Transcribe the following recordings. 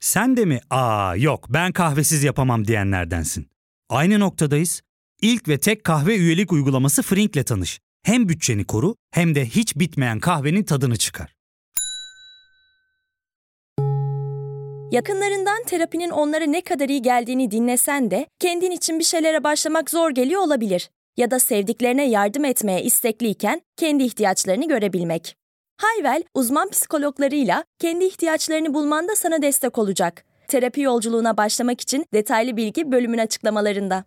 Sen de mi yok ben kahvesiz yapamam diyenlerdensin? Aynı noktadayız. İlk ve tek kahve üyelik uygulaması Frink'le tanış. Hem bütçeni koru hem de hiç bitmeyen kahvenin tadını çıkar. Yakınlarından terapinin onlara ne kadar iyi geldiğini dinlesen de kendin için bir şeylere başlamak zor geliyor olabilir. Ya da sevdiklerine yardım etmeye istekliyken kendi ihtiyaçlarını görebilmek. Hayvel, uzman psikologlarıyla kendi ihtiyaçlarını bulmanda sana destek olacak. Terapi yolculuğuna başlamak için detaylı bilgi bölümün açıklamalarında.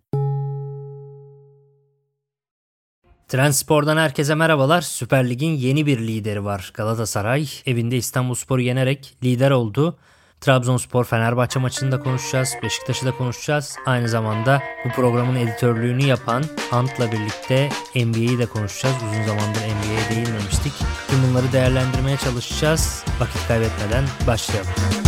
Trendspor'dan herkese merhabalar. Süper Lig'in yeni bir lideri var. Galatasaray evinde İstanbulspor'u yenerek lider oldu. Trabzonspor Fenerbahçe maçını da konuşacağız. Beşiktaş'ı da konuşacağız. Aynı zamanda bu programın editörlüğünü yapan Ant'la birlikte NBA'yi de konuşacağız. Uzun zamandır NBA'ye değinmemiştik. Tüm bunları değerlendirmeye çalışacağız. Vakit kaybetmeden başlayalım.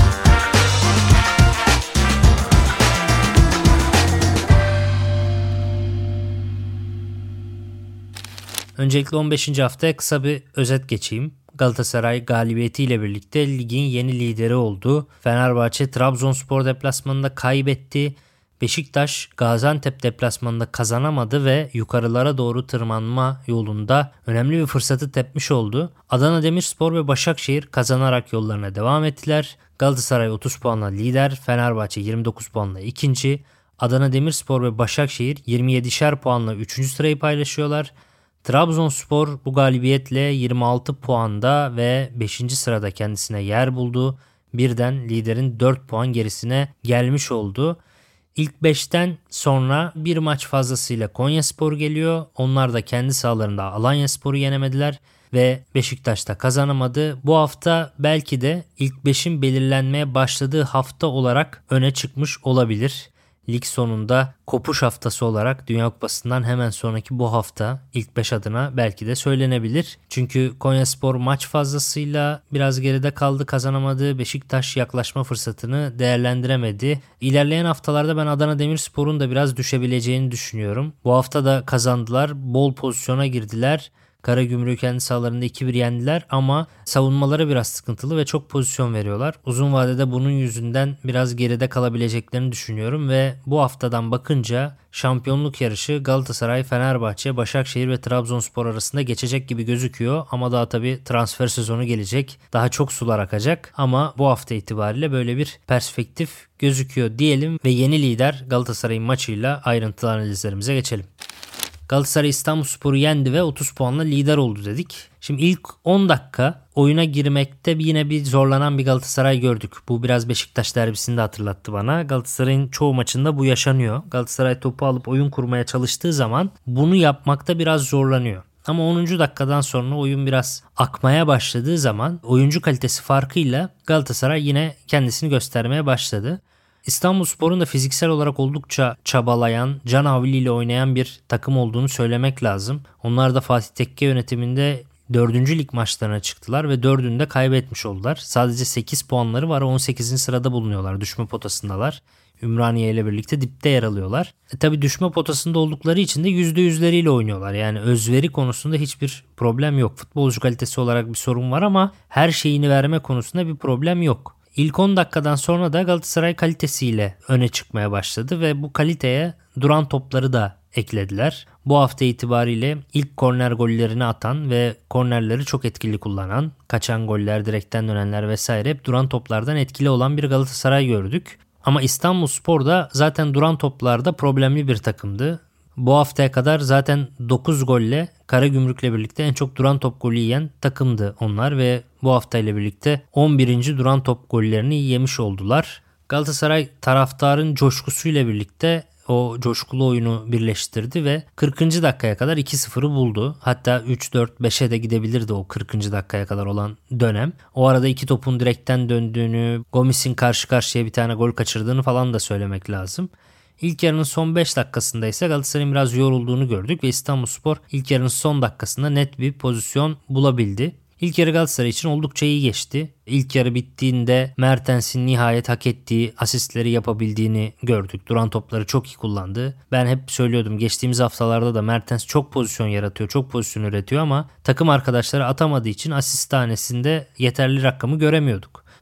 Öncelikle 15. haftaya kısa bir özet geçeyim. Galatasaray galibiyetiyle birlikte ligin yeni lideri oldu. Fenerbahçe Trabzonspor deplasmanında kaybetti. Beşiktaş Gaziantep deplasmanında kazanamadı ve yukarılara doğru tırmanma yolunda önemli bir fırsatı tepmiş oldu. Adana Demirspor ve Başakşehir kazanarak yollarına devam ettiler. Galatasaray 30 puanla lider, Fenerbahçe 29 puanla ikinci. Adana Demirspor ve Başakşehir 27'şer puanla 3. sırayı paylaşıyorlar. Trabzonspor bu galibiyetle 26 puanda ve 5. sırada kendisine yer buldu. Birden liderin 4 puan gerisine gelmiş oldu. İlk 5'ten sonra bir maç fazlasıyla Konyaspor geliyor. Onlar da kendi sahalarında Alanyaspor'u yenemediler ve Beşiktaş da kazanamadı. Bu hafta belki de ilk 5'in belirlenmeye başladığı hafta olarak öne çıkmış olabilir. Lig sonunda kopuş haftası olarak Dünya Kupası'ndan hemen sonraki bu hafta ilk 5 adına belki de söylenebilir. Çünkü Konyaspor maç fazlasıyla biraz geride kaldı, kazanamadı. Beşiktaş yaklaşma fırsatını değerlendiremedi. İlerleyen haftalarda ben Adana Demirspor'un da biraz düşebileceğini düşünüyorum. Bu hafta da kazandılar, bol pozisyona girdiler. Karagümrük'ü kendi sahalarında 2-1 yendiler ama savunmaları biraz sıkıntılı ve çok pozisyon veriyorlar. Uzun vadede bunun yüzünden biraz geride kalabileceklerini düşünüyorum ve bu haftadan bakınca şampiyonluk yarışı Galatasaray, Fenerbahçe, Başakşehir ve Trabzonspor arasında geçecek gibi gözüküyor. Ama daha tabii transfer sezonu gelecek. Daha çok sular akacak ama bu hafta itibariyle böyle bir perspektif gözüküyor diyelim ve yeni lider Galatasaray'ın maçıyla ayrıntılı analizlerimize geçelim. Galatasaray İstanbulspor'u yendi ve 30 puanla lider oldu dedik. Şimdi ilk 10 dakika oyuna girmekte yine bir zorlanan bir Galatasaray gördük. Bu biraz Beşiktaş derbisini de hatırlattı bana. Galatasaray'ın çoğu maçında bu yaşanıyor. Galatasaray topu alıp oyun kurmaya çalıştığı zaman bunu yapmakta biraz zorlanıyor. Ama 10. dakikadan sonra oyun biraz akmaya başladığı zaman oyuncu kalitesi farkıyla Galatasaray yine kendisini göstermeye başladı. İstanbulspor'un da fiziksel olarak oldukça çabalayan, can havliyle oynayan bir takım olduğunu söylemek lazım. Onlar da Fatih Tekke yönetiminde 4. lig maçlarına çıktılar ve 4'ünde kaybetmiş oldular. Sadece 8 puanları var, 18. sırada bulunuyorlar, düşme potasındalar. Ümraniye ile birlikte dipte yer alıyorlar. Tabii düşme potasında oldukları için de %100'leriyle oynuyorlar. Yani özveri konusunda hiçbir problem yok. Futbolcu kalitesi olarak bir sorun var ama her şeyini verme konusunda bir problem yok. İlk 10 dakikadan sonra da Galatasaray kalitesiyle öne çıkmaya başladı ve bu kaliteye duran topları da eklediler. Bu hafta itibariyle ilk korner gollerini atan ve kornerleri çok etkili kullanan, kaçan goller, direkten dönenler vesaire hep duran toplardan etkili olan bir Galatasaray gördük. Ama İstanbulspor da zaten duran toplarda problemli bir takımdı. Bu haftaya kadar zaten 9 golle Karagümrük'le birlikte en çok duran top golü yiyen takımdı onlar ve bu haftayla birlikte 11. duran top gollerini yemiş oldular. Galatasaray taraftarın coşkusuyla birlikte o coşkulu oyunu birleştirdi ve 40. dakikaya kadar 2-0'ı buldu. Hatta 3-4-5'e de gidebilirdi o 40. dakikaya kadar olan dönem. O arada iki topun direkten döndüğünü, Gomis'in karşı karşıya bir tane gol kaçırdığını falan da söylemek lazım. İlk yarının son 5 dakikasında ise Galatasaray'ın biraz yorulduğunu gördük ve İstanbulspor ilk yarının son dakikasında net bir pozisyon bulabildi. İlk yarı Galatasaray için oldukça iyi geçti. İlk yarı bittiğinde Mertens'in nihayet hak ettiği asistleri yapabildiğini gördük. Duran topları çok iyi kullandı. Ben hep söylüyordum, geçtiğimiz haftalarda da Mertens çok pozisyon yaratıyor, çok pozisyon üretiyor ama takım arkadaşları atamadığı için asist tanesinde yeterli rakamı göremiyorduk.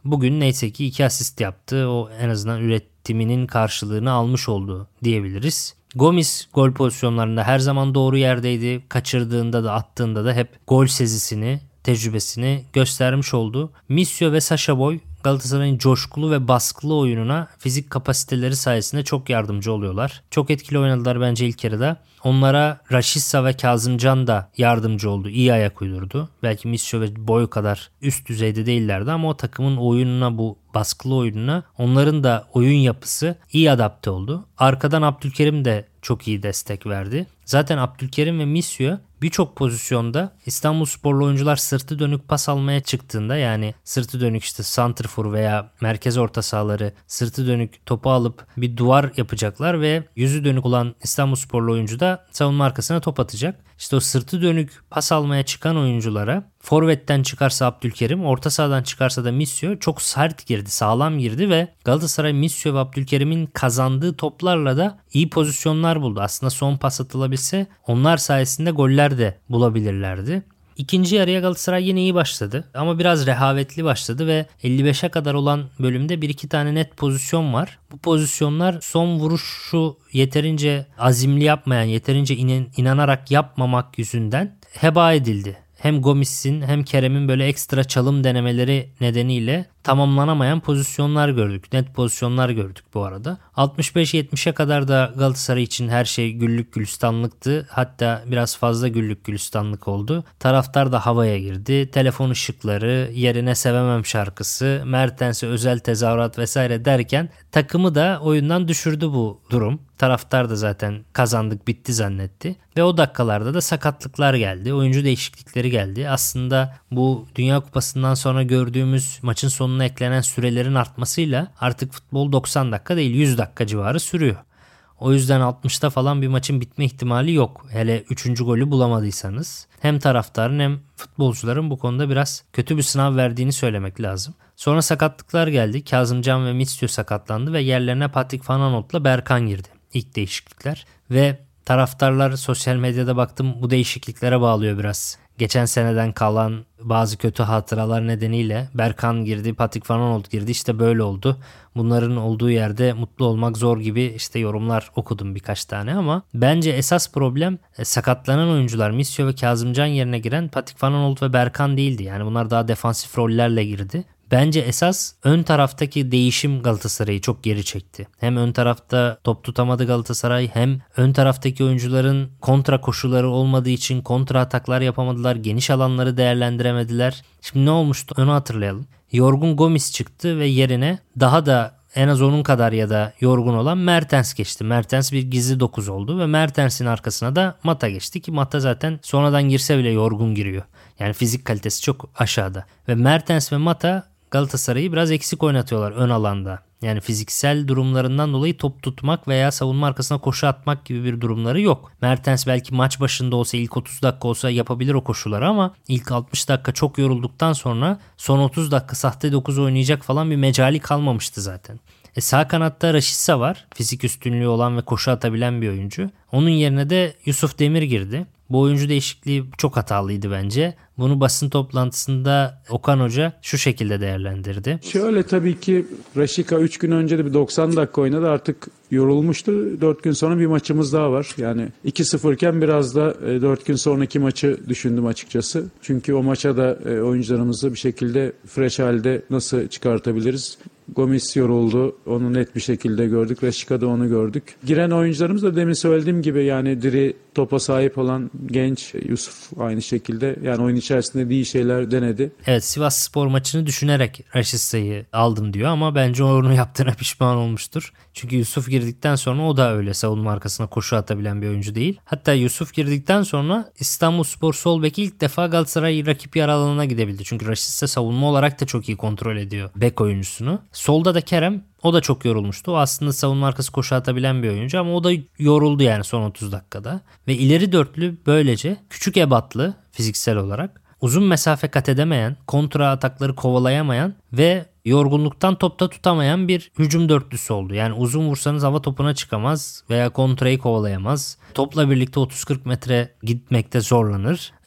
bugün neyse ki 2 asist yaptı. O en azından üretiminin karşılığını almış oldu diyebiliriz. Gomis gol pozisyonlarında her zaman doğru yerdeydi. Kaçırdığında da attığında da hep gol sezisini, tecrübesini göstermiş oldu. Misio ve Sacha Boey Galatasaray'ın coşkulu ve baskılı oyununa fizik kapasiteleri sayesinde çok yardımcı oluyorlar. Çok etkili oynadılar bence ilk yarıda. Onlara Rashica ve Kazımcan da yardımcı oldu. İyi ayak uydurdu. Belki Misio ve Boey kadar üst düzeyde değillerdi ama o takımın oyununa, bu baskılı oyununa onların da oyun yapısı iyi adapte oldu. Arkadan Abdülkerim de çok iyi destek verdi. Zaten Abdülkerim ve Misio birçok pozisyonda İstanbulsporlu oyuncular sırtı dönük pas almaya çıktığında, yani sırtı dönük işte santrfor veya merkez orta sahaları sırtı dönük topu alıp bir duvar yapacaklar ve yüzü dönük olan İstanbulsporlu oyuncu da savunma arkasına top atacak. İşte o sırtı dönük pas almaya çıkan oyunculara forvetten çıkarsa Abdülkerim, orta sahadan çıkarsa da Misio çok sert girdi, sağlam girdi ve Galatasaray Misio ve Abdülkerim'in kazandığı toplarla da iyi pozisyonlar buldu. Aslında son pas atılabilse onlar sayesinde goller de bulabilirlerdi. İkinci yarıya Galatasaray yine iyi başladı ama biraz rehavetli başladı ve 55'e kadar olan bölümde 1-2 tane net pozisyon var. Bu pozisyonlar son vuruşu yeterince azimli yapmayan, yeterince inanarak yapmamak yüzünden heba edildi. Hem Gomis'in hem Kerem'in böyle ekstra çalım denemeleri nedeniyle tamamlanamayan pozisyonlar gördük. Net pozisyonlar gördük bu arada. 65-70'e kadar da Galatasaray için her şey güllük gülistanlıktı. Hatta biraz fazla güllük gülistanlık oldu. Taraftar da havaya girdi. Telefon ışıkları, yerine sevemem şarkısı, Mertens'e özel tezahürat vesaire derken takımı da oyundan düşürdü bu durum. Taraftar da zaten kazandık bitti zannetti. Ve o dakikalarda da sakatlıklar geldi. Oyuncu değişiklikleri geldi. Aslında bu Dünya Kupası'ndan sonra gördüğümüz maçın sonuna eklenen sürelerin artmasıyla artık futbol 90 dakika değil 100 dakika civarı sürüyor. O yüzden 60'ta falan bir maçın bitme ihtimali yok. Hele 3. golü bulamadıysanız. Hem taraftarın hem futbolcuların bu konuda biraz kötü bir sınav verdiğini söylemek lazım. Sonra sakatlıklar geldi. Kazımcan ve Misio sakatlandı ve yerlerine Patrick Van Aanholt'la Berkan girdi. İlk değişiklikler ve taraftarlar sosyal medyada baktım bu değişikliklere bağlıyor biraz. Geçen seneden kalan bazı kötü hatıralar nedeniyle Berkan girdi, Patrick Van Aanholt girdi, işte böyle oldu. Bunların olduğu yerde mutlu olmak zor gibi işte yorumlar okudum birkaç tane ama bence esas problem sakatlanan oyuncular Misio ve Kazımcan yerine giren Patrick Van Aanholt ve Berkan değildi. Yani bunlar daha defansif rollerle girdi. Bence esas ön taraftaki değişim Galatasaray'ı çok geri çekti. Hem ön tarafta top tutamadı Galatasaray, hem ön taraftaki oyuncuların kontra koşuları olmadığı için kontra ataklar yapamadılar. Geniş alanları değerlendiremediler. Şimdi ne olmuştu onu hatırlayalım. Yorgun Gomis çıktı ve yerine daha da en az onun kadar ya da yorgun olan Mertens geçti. Mertens bir gizli 9 oldu ve Mertens'in arkasına da Mata geçti ki Mata zaten sonradan girse bile yorgun giriyor. Yani fizik kalitesi çok aşağıda. Ve Mertens ve Mata Galatasaray'ı biraz eksik oynatıyorlar ön alanda. Yani fiziksel durumlarından dolayı top tutmak veya savunma arkasına koşu atmak gibi bir durumları yok. Mertens belki maç başında olsa, ilk 30 dakika olsa yapabilir o koşuları ama ilk 60 dakika çok yorulduktan sonra son 30 dakika sahte 9 oynayacak falan bir mecali kalmamıştı zaten. Sağ kanatta Rashica var. Fizik üstünlüğü olan ve koşu atabilen bir oyuncu. Onun yerine de Yusuf Demir girdi. Bu oyuncu değişikliği çok hatalıydı bence. Bunu basın toplantısında Okan Hoca şu şekilde değerlendirdi. Şöyle tabii ki Rashica 3 gün önce de bir 90 dakika oynadı. Artık yorulmuştu. 4 gün sonra bir maçımız daha var. Yani 2-0 iken biraz da 4 gün sonraki maçı düşündüm açıkçası. Çünkü o maça da oyuncularımızı bir şekilde fresh halde nasıl çıkartabiliriz? Gomis yoruldu. Onu net bir şekilde gördük. Rashica'da onu gördük. Giren oyuncularımız da demin söylediğim gibi yani diri, topa sahip olan genç Yusuf aynı şekilde. Yani oyun içerisinde iyi şeyler denedi. Evet, Sivasspor maçını düşünerek Rashica'yı aldım diyor ama bence onu yaptığına pişman olmuştur. Çünkü Yusuf girdikten sonra o da öyle savunma arkasına koşu atabilen bir oyuncu değil. Hatta Yusuf girdikten sonra İstanbulspor sol beki ilk defa Galatasaray rakip yer alanına gidebildi. Çünkü Rashica savunma olarak da çok iyi kontrol ediyor bek oyuncusunu. Solda da Kerem, o da çok yorulmuştu. O aslında savunma arkası koşu atabilen bir oyuncu ama o da yoruldu yani son 30 dakikada. Ve ileri dörtlü böylece küçük ebatlı fiziksel olarak, uzun mesafe kat edemeyen, kontra atakları kovalayamayan ve yorgunluktan topta tutamayan bir hücum dörtlüsü oldu. Yani uzun vursanız hava topuna çıkamaz veya kontrayı kovalayamaz. Topla birlikte 30-40 metre gitmekte zorlanır.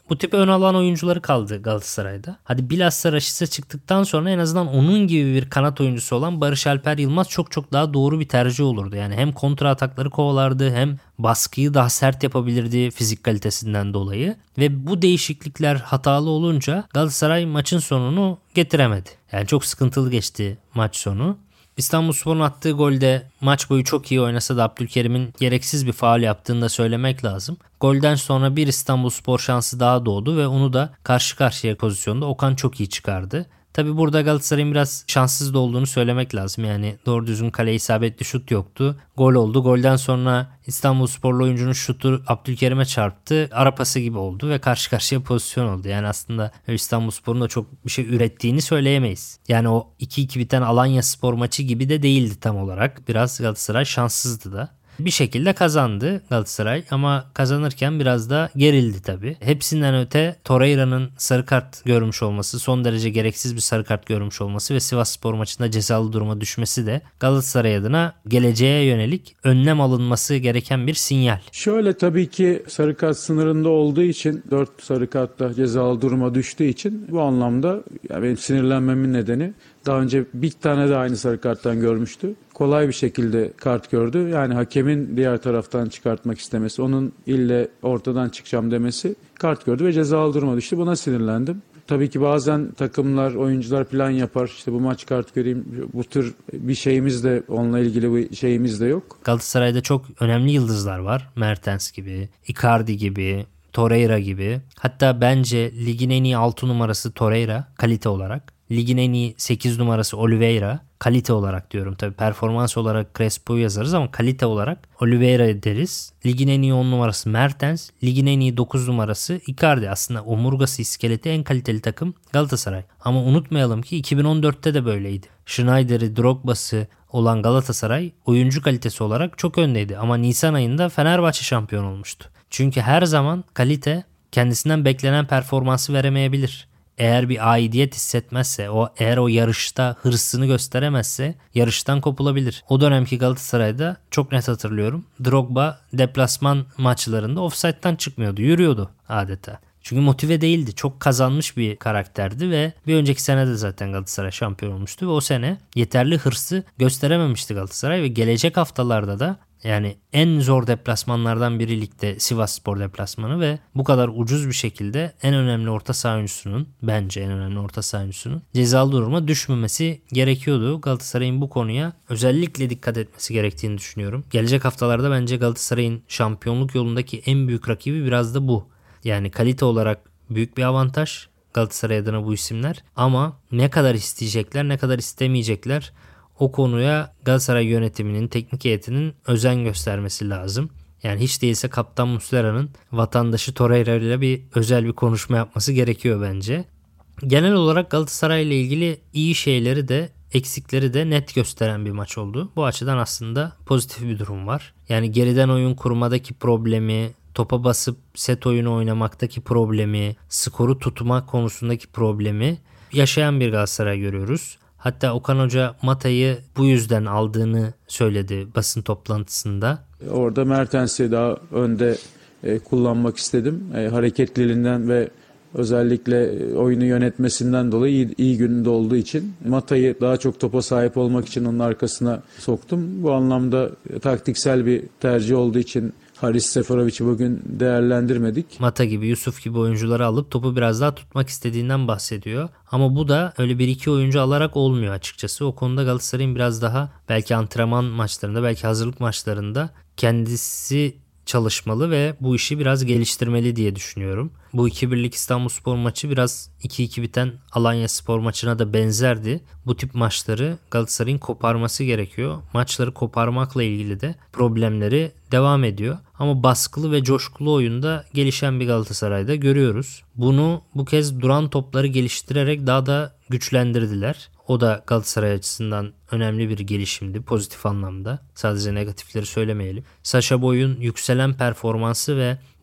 Bu tip ön alan oyuncuları kaldı Galatasaray'da. Hadi bilhassa Rashica çıktıktan sonra en azından onun gibi bir kanat oyuncusu olan Barış Alper Yılmaz çok çok daha doğru bir tercih olurdu. Yani hem kontra atakları kovalardı hem baskıyı daha sert yapabilirdi fizik kalitesinden dolayı. Ve bu değişiklikler hatalı olunca Galatasaray maçın sonunu getiremedi. Yani çok sıkıntılı geçti maç sonu. İstanbulspor'un attığı golde maç boyu çok iyi oynasa da Abdülkerim'in gereksiz bir faul yaptığını da söylemek lazım. Golden sonra bir İstanbulspor şansı daha doğdu ve onu da karşı karşıya pozisyonda Okan çok iyi çıkardı. Tabi burada Galatasaray'ın biraz şanssız da olduğunu söylemek lazım. Yani doğru düzgün kaleye isabetli şut yoktu. Gol oldu. Golden sonra İstanbulsporlu oyuncunun şutu Abdülkerim'e çarptı. Ara pası gibi oldu ve karşı karşıya pozisyon oldu. Yani aslında İstanbulspor'un da çok bir şey ürettiğini söyleyemeyiz. Yani o 2-2 biten Alanyaspor maçı gibi de değildi tam olarak. Biraz Galatasaray şanssızdı da. Bir şekilde kazandı Galatasaray ama kazanırken biraz da gerildi tabii. Hepsinden öte Torreira'nın sarı kart görmüş olması, son derece gereksiz bir sarı kart görmüş olması ve Sivasspor maçında cezalı duruma düşmesi de Galatasaray adına geleceğe yönelik önlem alınması gereken bir sinyal. Şöyle tabii ki sarı kart sınırında olduğu için 4 sarı kartla cezalı duruma düştüğü için bu anlamda benim sinirlenmemin nedeni daha önce bir tane de aynı sarı karttan görmüştü. Kolay bir şekilde kart gördü. Yani hakemin diğer taraftan çıkartmak istemesi, onun ille ortadan çıkacağım demesi kart gördü ve cezalı duruma düştü. Buna sinirlendim. Tabii ki bazen takımlar, oyuncular plan yapar. İşte bu maç kart göreyim. Bu tür bir şeyimiz de, onunla ilgili bir şeyimiz de yok. Galatasaray'da çok önemli yıldızlar var. Mertens gibi, Icardi gibi, Torreira gibi. Hatta bence ligin en iyi 6 numarası Torreira kalite olarak. Ligin en iyi 8 numarası Oliveira. Kalite olarak diyorum tabii. Performans olarak Crespo'yu yazarız ama kalite olarak Oliveira deriz. Ligin en iyi 10 numarası Mertens. Ligin en iyi 9 numarası Icardi. Aslında omurgası, iskeleti en kaliteli takım Galatasaray. Ama unutmayalım ki 2014'te de böyleydi. Schneider'i, Drogba'sı olan Galatasaray oyuncu kalitesi olarak çok öndeydi. Ama Nisan ayında Fenerbahçe şampiyon olmuştu. Çünkü her zaman kalite kendisinden beklenen performansı veremeyebilir. Eğer bir aidiyet hissetmezse, eğer o yarışta hırsını gösteremezse yarıştan kopulabilir. O dönemki Galatasaray'da çok net hatırlıyorum. Drogba deplasman maçlarında ofsayttan çıkmıyordu, yürüyordu adeta. Çünkü motive değildi. Çok kazanmış bir karakterdi ve bir önceki sene de zaten Galatasaray şampiyon olmuştu ve o sene yeterli hırsı gösterememişti Galatasaray ve gelecek haftalarda da yani en zor deplasmanlardan biri ligde Sivasspor deplasmanı ve bu kadar ucuz bir şekilde en önemli orta saha oyuncusunun, bence en önemli orta saha oyuncusunun cezalı duruma düşmemesi gerekiyordu. Galatasaray'ın bu konuya özellikle dikkat etmesi gerektiğini düşünüyorum. Gelecek haftalarda bence Galatasaray'ın şampiyonluk yolundaki en büyük rakibi biraz da bu. Yani kalite olarak büyük bir avantaj Galatasaray adına bu isimler ama ne kadar isteyecekler, ne kadar istemeyecekler, o konuya Galatasaray yönetiminin, teknik heyetinin özen göstermesi lazım. Yani hiç değilse Kaptan Muslera'nın vatandaşı Torreira ile bir özel bir konuşma yapması gerekiyor bence. Genel olarak Galatasaray ile ilgili iyi şeyleri de eksikleri de net gösteren bir maç oldu. Bu açıdan aslında pozitif bir durum var. Yani geriden oyun kurmadaki problemi, topa basıp set oyunu oynamaktaki problemi, skoru tutma konusundaki problemi yaşayan bir Galatasaray görüyoruz. Hatta Okan Hoca Mata'yı bu yüzden aldığını söyledi basın toplantısında. Orada Mertens'i daha önde kullanmak istedim. Hareketliliğinden ve özellikle oyunu yönetmesinden dolayı iyi gününde olduğu için Mata'yı daha çok topa sahip olmak için onun arkasına soktum. Bu anlamda taktiksel bir tercih olduğu için Haris Seferovic'i bugün değerlendirmedik. Mata gibi, Yusuf gibi oyuncuları alıp topu biraz daha tutmak istediğinden bahsediyor. Ama bu da öyle bir iki oyuncu alarak olmuyor açıkçası. O konuda Galatasaray'ın biraz daha belki antrenman maçlarında, belki hazırlık maçlarında kendisi çalışmalı ve bu işi biraz geliştirmeli diye düşünüyorum. Bu 2-1'lik İstanbulspor maçı biraz 2-2 biten Alanyaspor maçına da benzerdi. Bu tip maçları Galatasaray'ın koparması gerekiyor. Maçları koparmakla ilgili de problemleri devam ediyor. Ama baskılı ve coşkulu oyunda gelişen bir Galatasaray'da görüyoruz. Bunu bu kez duran topları geliştirerek daha da güçlendirdiler. O da Galatasaray açısından önemli bir gelişimdi pozitif anlamda. Sadece negatifleri söylemeyelim. Sacha Boey'un yükselen performansı ve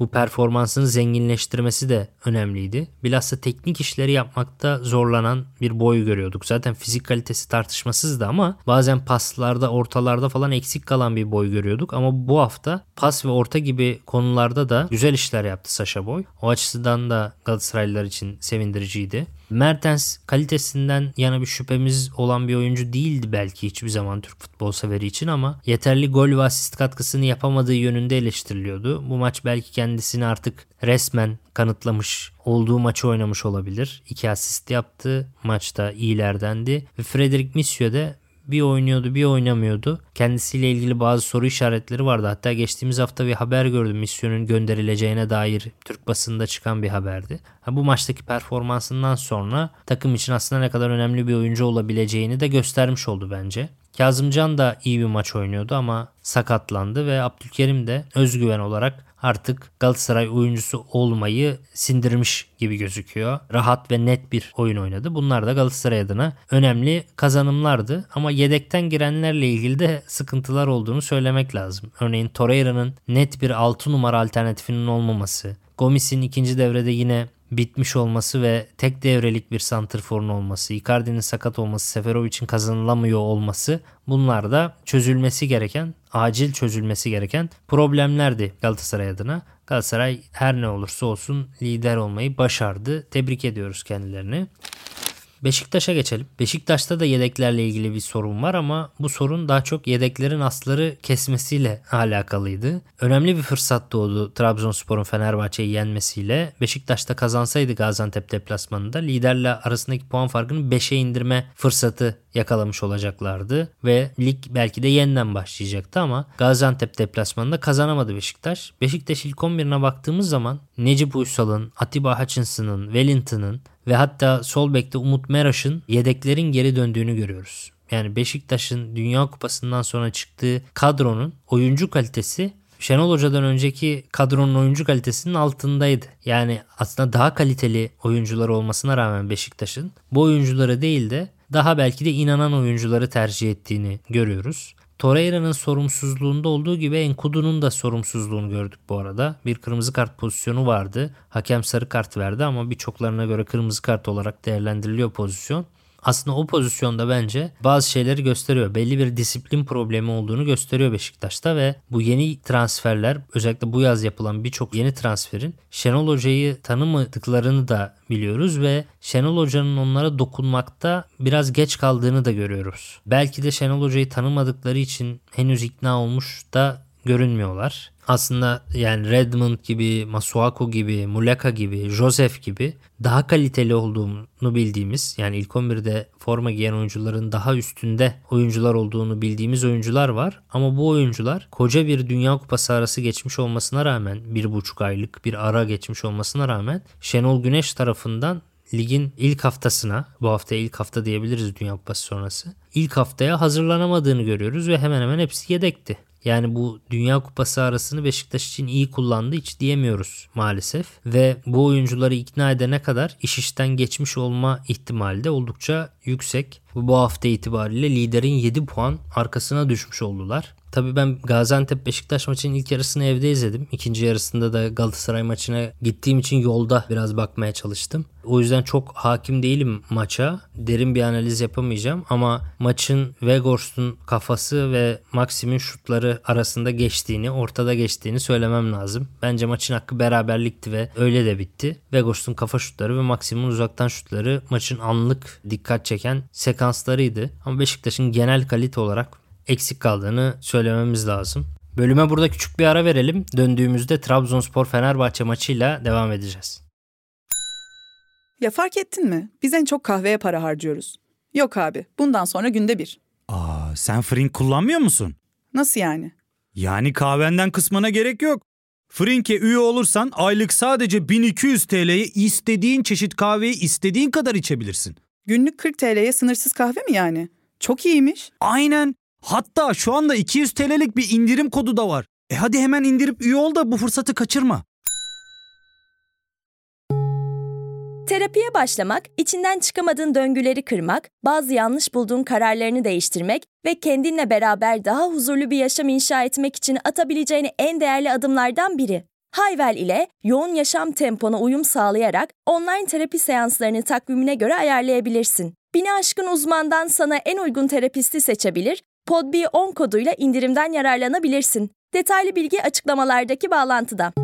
bu performansını zenginleştirmesi de önemliydi. Bilhassa teknik işleri yapmakta zorlanan bir boy görüyorduk. Zaten fizik kalitesi tartışmasızdı ama bazen paslarda, ortalarda falan eksik kalan bir boy görüyorduk. Ama bu hafta pas ve orta gibi konularda da güzel işler yaptı Sacha Boey. O açıdan da Galatasaraylılar için sevindiriciydi. Mertens kalitesinden yana bir şüphemiz olan bir oyuncu değildi belki hiçbir zaman Türk futbol severi için ama yeterli gol ve asist katkısını yapamadığı yönünde eleştiriliyordu. Bu maç belki kendisini artık resmen kanıtlamış olduğu maçı oynamış olabilir. 2 asist yaptı. Maçta iyilerdendi. Ve Frederic Misio de bir oynuyordu bir oynamıyordu. Kendisiyle ilgili bazı soru işaretleri vardı. Hatta geçtiğimiz hafta bir haber gördüm. Misyonun gönderileceğine dair Türk basında çıkan bir haberdi. Bu maçtaki performansından sonra takım için aslında ne kadar önemli bir oyuncu olabileceğini de göstermiş oldu bence. Kazımcan da iyi bir maç oynuyordu ama sakatlandı ve Abdülkerim de özgüven olarak artık Galatasaray oyuncusu olmayı sindirmiş gibi gözüküyor. Rahat ve net bir oyun oynadı. Bunlar da Galatasaray adına önemli kazanımlardı. Ama yedekten girenlerle ilgili de sıkıntılar olduğunu söylemek lazım. Örneğin Torreira'nın net bir 6 numara alternatifinin olmaması, Gomis'in ikinci devrede yine bitmiş olması ve tek devrelik bir santrforun olması, Icardi'nin sakat olması, Seferovic'in kazanılamıyor olması bunlar da çözülmesi gereken, acil çözülmesi gereken problemlerdi Galatasaray adına. Galatasaray her ne olursa olsun lider olmayı başardı. Tebrik ediyoruz kendilerini. Beşiktaş'a geçelim. Beşiktaş'ta da yedeklerle ilgili bir sorun var ama bu sorun daha çok yedeklerin asları kesmesiyle alakalıydı. Önemli bir fırsat doğdu Trabzonspor'un Fenerbahçe'yi yenmesiyle. Beşiktaş'ta kazansaydı Gaziantep deplasmanında liderle arasındaki puan farkını 5'e indirme fırsatı yakalamış olacaklardı ve lig belki de yeniden başlayacaktı ama Gaziantep deplasmanında kazanamadı Beşiktaş. Beşiktaş ilk 11'ine baktığımız zaman Necip Uysal'ın, Atiba Hutchinson'ın, Wellington'ın ve hatta sol bekte Umut Meraş'ın yedeklerin geri döndüğünü görüyoruz. Yani Beşiktaş'ın Dünya Kupası'ndan sonra çıktığı kadronun oyuncu kalitesi Şenol Hoca'dan önceki kadronun oyuncu kalitesinin altındaydı. Yani aslında daha kaliteli oyuncular olmasına rağmen Beşiktaş'ın bu oyuncuları değil de daha belki de inanan oyuncuları tercih ettiğini görüyoruz. Torreira'nın sorumsuzluğunda olduğu gibi Enkudu'nun da sorumsuzluğunu gördük bu arada. Bir kırmızı kart pozisyonu vardı. Hakem sarı kart verdi ama birçoklarına göre kırmızı kart olarak değerlendiriliyor pozisyon. Aslında o pozisyonda bence bazı şeyleri gösteriyor. Belli bir disiplin problemi olduğunu gösteriyor Beşiktaş'ta ve bu yeni transferler, özellikle bu yaz yapılan birçok yeni transferin Şenol Hoca'yı tanımadıklarını da biliyoruz ve Şenol Hoca'nın onlara dokunmakta biraz geç kaldığını da görüyoruz. Belki de Şenol Hoca'yı tanımadıkları için henüz ikna olmuş da görünmüyorlar. Aslında yani Redmond gibi, Masuaku gibi, Muleka gibi, Joseph gibi daha kaliteli olduğunu bildiğimiz, yani ilk 11'de forma giyen oyuncuların daha üstünde oyuncular olduğunu bildiğimiz oyuncular var. Ama bu oyuncular koca bir Dünya Kupası arası geçmiş olmasına rağmen, 1,5 aylık bir ara geçmiş olmasına rağmen Şenol Güneş tarafından ligin ilk haftasına, bu haftaya ilk hafta diyebiliriz Dünya Kupası sonrası, ilk haftaya hazırlanamadığını görüyoruz ve hemen hemen hepsi yedekti. Yani bu Dünya Kupası arasını Beşiktaş için iyi kullandı hiç diyemiyoruz maalesef. Ve bu oyuncuları ikna edene kadar iş işten geçmiş olma ihtimali de oldukça yüksek. Bu hafta itibariyle liderin 7 puan arkasına düşmüş oldular. Tabii ben Gaziantep Beşiktaş maçının ilk yarısını evde izledim. İkinci yarısında da Galatasaray maçına gittiğim için yolda biraz bakmaya çalıştım. O yüzden çok hakim değilim maça. Derin bir analiz yapamayacağım ama maçın Weghorst'un kafası ve Maxim'in şutları arasında geçtiğini, ortada geçtiğini söylemem lazım. Bence maçın hakkı beraberlikti ve öyle de bitti. Weghorst'un kafa şutları ve Maxim'in uzaktan şutları maçın anlık dikkat çeken sekanslarıydı. Ama Beşiktaş'ın genel kalite olarak eksik kaldığını söylememiz lazım. Bölüme burada küçük bir ara verelim. Döndüğümüzde Trabzonspor Fenerbahçe maçıyla devam edeceğiz. Ya fark ettin mi? Biz en çok kahveye para harcıyoruz. Yok abi, bundan sonra günde bir. Sen Frink kullanmıyor musun? Nasıl yani? Yani kahvenden kısmına gerek yok. Frink'e üye olursan aylık sadece 1200 TL'ye istediğin çeşit kahveyi istediğin kadar içebilirsin. Günlük 40 TL'ye sınırsız kahve mi yani? Çok iyiymiş. Aynen. Hatta şu anda 200 TL'lik bir indirim kodu da var. Hadi hemen indirip üye ol da bu fırsatı kaçırma. Terapiye başlamak, içinden çıkamadığın döngüleri kırmak, bazı yanlış bulduğun kararlarını değiştirmek ve kendinle beraber daha huzurlu bir yaşam inşa etmek için atabileceğin en değerli adımlardan biri. Hayvel ile yoğun yaşam tempona uyum sağlayarak online terapi seanslarını takvimine göre ayarlayabilirsin. 1000'i aşkın uzmandan sana en uygun terapisti seçebilir, PodB10 koduyla indirimden yararlanabilirsin. Detaylı bilgi açıklamalardaki bağlantıda.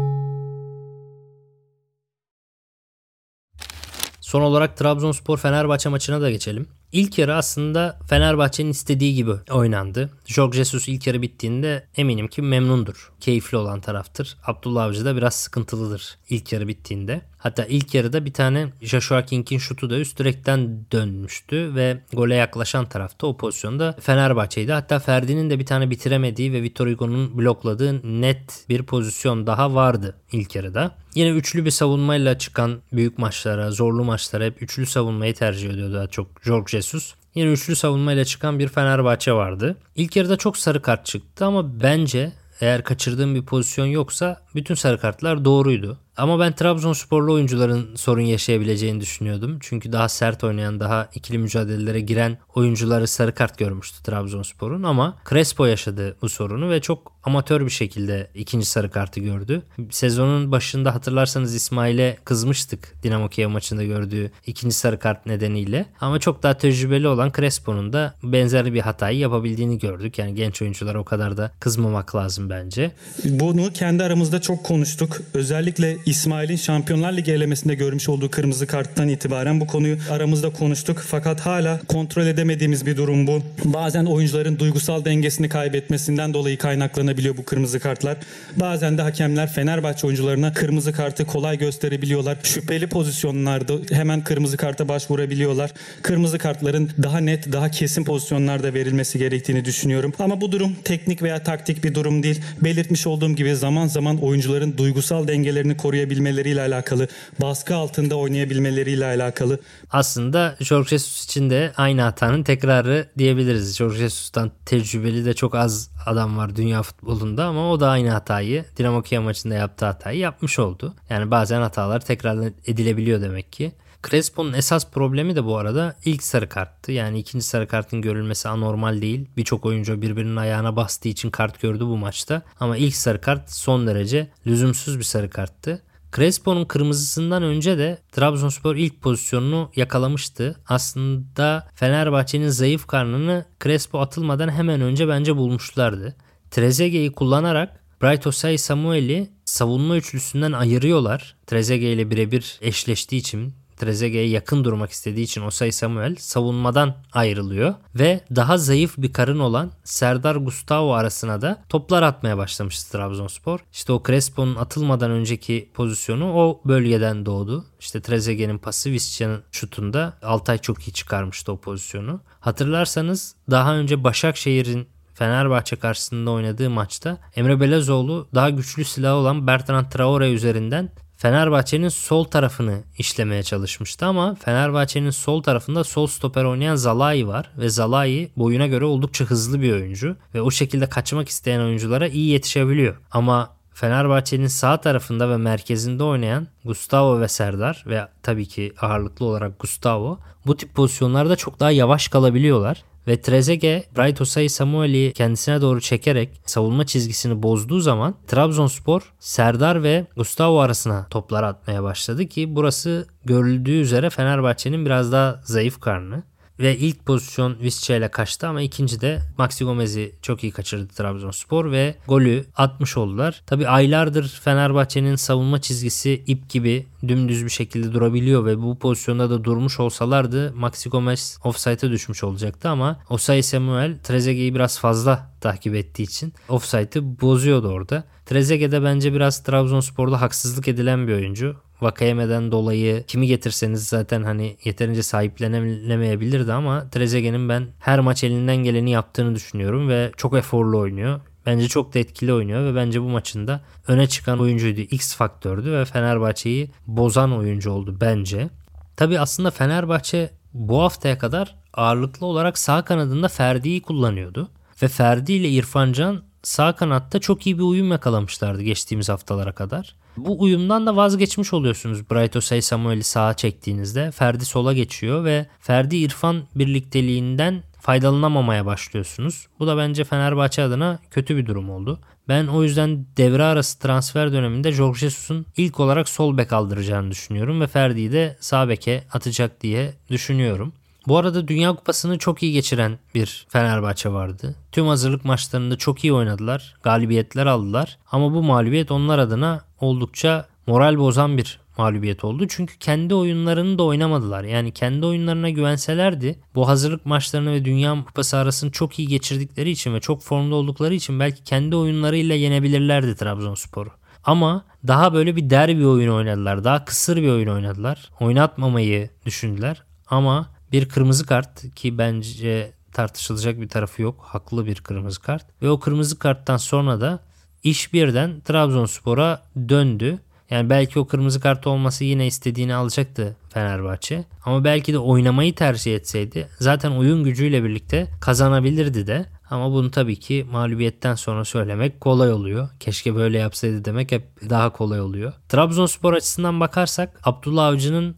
Son olarak Trabzonspor-Fenerbahçe maçına da geçelim. İlk yarı aslında Fenerbahçe'nin istediği gibi oynandı. Jorge Jesus ilk yarı bittiğinde eminim ki memnundur. Keyifli olan taraftır. Abdullah Avcı da biraz sıkıntılıdır ilk yarı bittiğinde. Hatta ilk yarıda bir tane Joshua King'in şutu da üst direkten dönmüştü ve gole yaklaşan tarafta o pozisyonda Fenerbahçe'ydi. Hatta Ferdi'nin de bir tane bitiremediği ve Vitor Hugo'nun blokladığı net bir pozisyon daha vardı ilk yarıda. Yine üçlü bir savunmayla çıkan büyük maçlara, zorlu maçlara hep üçlü savunmayı tercih ediyordu daha çok Jorge Jesus. Yine üçlü savunmayla çıkan bir Fenerbahçe vardı. İlk yarıda çok sarı kart çıktı ama bence eğer kaçırdığım bir pozisyon yoksa bütün sarı kartlar doğruydu. Ama ben Trabzonsporlu oyuncuların sorun yaşayabileceğini düşünüyordum. Çünkü daha sert oynayan, daha ikili mücadelelere giren oyuncuları sarı kart görmüştü Trabzonspor'un. Ama Crespo yaşadı bu sorunu ve çok amatör bir şekilde ikinci sarı kartı gördü. Sezonun başında hatırlarsanız İsmail'e kızmıştık Dinamo Kiev maçında gördüğü ikinci sarı kart nedeniyle. Ama çok daha tecrübeli olan Crespo'nun da benzer bir hatayı yapabildiğini gördük. Yani genç oyunculara o kadar da kızmamak lazım bence. Bunu kendi aramızda çok konuştuk. Özellikle İsmail'in Şampiyonlar Ligi elemesinde görmüş olduğu kırmızı karttan itibaren bu konuyu aramızda konuştuk. Fakat hala kontrol edemediğimiz bir durum bu. Bazen oyuncuların duygusal dengesini kaybetmesinden dolayı kaynaklanabiliyor bu kırmızı kartlar. Bazen de hakemler Fenerbahçe oyuncularına kırmızı kartı kolay gösterebiliyorlar. Şüpheli pozisyonlarda hemen kırmızı karta başvurabiliyorlar. Kırmızı kartların daha net, daha kesin pozisyonlarda verilmesi gerektiğini düşünüyorum. Ama bu durum teknik veya taktik bir durum değil. Belirtmiş olduğum gibi zaman zaman oyuncuların duygusal dengelerini koruyabilmeleriyle alakalı, baskı altında oynayabilmeleriyle alakalı. Aslında Jorge Jesus için de aynı hatanın tekrarı diyebiliriz. Jorge Jesus'tan tecrübeli de çok az adam var dünya futbolunda ama o da aynı hatayı, Dinamo Kiev maçında yaptığı hatayı yapmış oldu. Yani bazen hatalar tekrar edilebiliyor demek ki. Crespo'nun esas problemi de bu arada ilk sarı karttı. Yani ikinci sarı kartın görülmesi anormal değil. Birçok oyuncu birbirinin ayağına bastığı için kart gördü bu maçta. Ama ilk sarı kart son derece lüzumsuz bir sarı karttı. Crespo'nun kırmızısından önce de Trabzonspor ilk pozisyonunu yakalamıştı. Aslında Fenerbahçe'nin zayıf karnını Crespo atılmadan hemen önce bence bulmuşlardı. Trezeguet'i kullanarak Bright Osayi-Samuel'i savunma üçlüsünden ayırıyorlar. Trezeguet ile birebir eşleştiği için, Trezeguet'e yakın durmak istediği için Osayi-Samuel savunmadan ayrılıyor ve daha zayıf bir karın olan Serdar Gustavo arasına da toplar atmaya başlamıştı Trabzonspor. İşte o Crespo'nun atılmadan önceki pozisyonu o bölgeden doğdu. İşte Trezeguet'in pası, Visca'nın şutunda Altay çok iyi çıkarmıştı o pozisyonu. Hatırlarsanız daha önce Başakşehir'in Fenerbahçe karşısında oynadığı maçta Emre Belezoğlu daha güçlü silahı olan Bertrand Traore üzerinden Fenerbahçe'nin sol tarafını işlemeye çalışmıştı ama Fenerbahçe'nin sol tarafında sol stoper oynayan Zalai var ve Zalai boyuna göre oldukça hızlı bir oyuncu ve o şekilde kaçmak isteyen oyunculara iyi yetişebiliyor. Ama Fenerbahçe'nin sağ tarafında ve merkezinde oynayan Gustavo ve Serdar ve tabii ki ağırlıklı olarak Gustavo bu tip pozisyonlarda çok daha yavaş kalabiliyorlar. Ve Trezeguet, Bright Osayi-Samuel'i kendisine doğru çekerek savunma çizgisini bozduğu zaman Trabzonspor, Serdar ve Gustavo arasına toplar atmaya başladı ki burası görüldüğü üzere Fenerbahçe'nin biraz daha zayıf karnı. Ve ilk pozisyon Visca ile kaçtı ama ikinci de Maxi Gomez'i çok iyi kaçırdı Trabzonspor ve golü atmış oldular. Tabi aylardır Fenerbahçe'nin savunma çizgisi ip gibi dümdüz bir şekilde durabiliyor ve bu pozisyonda da durmuş olsalardı Maxi Gomez offside'a düşmüş olacaktı ama Osayi-Samuel Trezeguet'i biraz fazla takip ettiği için offside'ı bozuyordu orada. Trezeguet de bence biraz Trabzonspor'da haksızlık edilen bir oyuncu. Vakayeme'den dolayı kimi getirseniz zaten hani yeterince sahiplenemeyebilirdi ama Trezeguet'in ben her maç elinden geleni yaptığını düşünüyorum ve çok eforlu oynuyor. Bence çok da etkili oynuyor ve bence bu maçında öne çıkan oyuncuydu. X faktördü ve Fenerbahçe'yi bozan oyuncu oldu bence. Tabii aslında Fenerbahçe bu haftaya kadar ağırlıklı olarak sağ kanadında Ferdi'yi kullanıyordu. Ve Ferdi ile İrfan Can sağ kanatta çok iyi bir uyum yakalamışlardı geçtiğimiz haftalara kadar. Bu uyumdan da vazgeçmiş oluyorsunuz. Bright Osei-Samuel'i sağa çektiğinizde Ferdi sola geçiyor ve Ferdi İrfan birlikteliğinden faydalanamamaya başlıyorsunuz. Bu da bence Fenerbahçe adına kötü bir durum oldu. Ben o yüzden devre arası transfer döneminde Jorge Jesus'un ilk olarak sol bek aldıracağını düşünüyorum ve Ferdi'yi de sağ beke atacak diye düşünüyorum. Bu arada Dünya Kupası'nı çok iyi geçiren bir Fenerbahçe vardı. Tüm hazırlık maçlarında çok iyi oynadılar. Galibiyetler aldılar. Ama bu mağlubiyet onlar adına oldukça moral bozan bir mağlubiyet oldu. Çünkü kendi oyunlarını da oynamadılar. Yani kendi oyunlarına güvenselerdi bu hazırlık maçlarını ve Dünya Kupası arasını çok iyi geçirdikleri için ve çok formda oldukları için belki kendi oyunlarıyla yenebilirlerdi Trabzonspor'u. Ama daha böyle bir derbi oyunu oynadılar. Daha kısır bir oyun oynadılar. Oynatmamayı düşündüler. Ama bir kırmızı kart, ki bence tartışılacak bir tarafı yok. Haklı bir kırmızı kart. Ve o kırmızı karttan sonra da iş birden Trabzonspor'a döndü. Yani belki o kırmızı kart olması yine istediğini alacaktı Fenerbahçe. Ama belki de oynamayı tercih etseydi zaten oyun gücüyle birlikte kazanabilirdi de. Ama bunu tabii ki mağlubiyetten sonra söylemek kolay oluyor. Keşke böyle yapsaydı demek hep daha kolay oluyor. Trabzonspor açısından bakarsak Abdullah Avcı'nın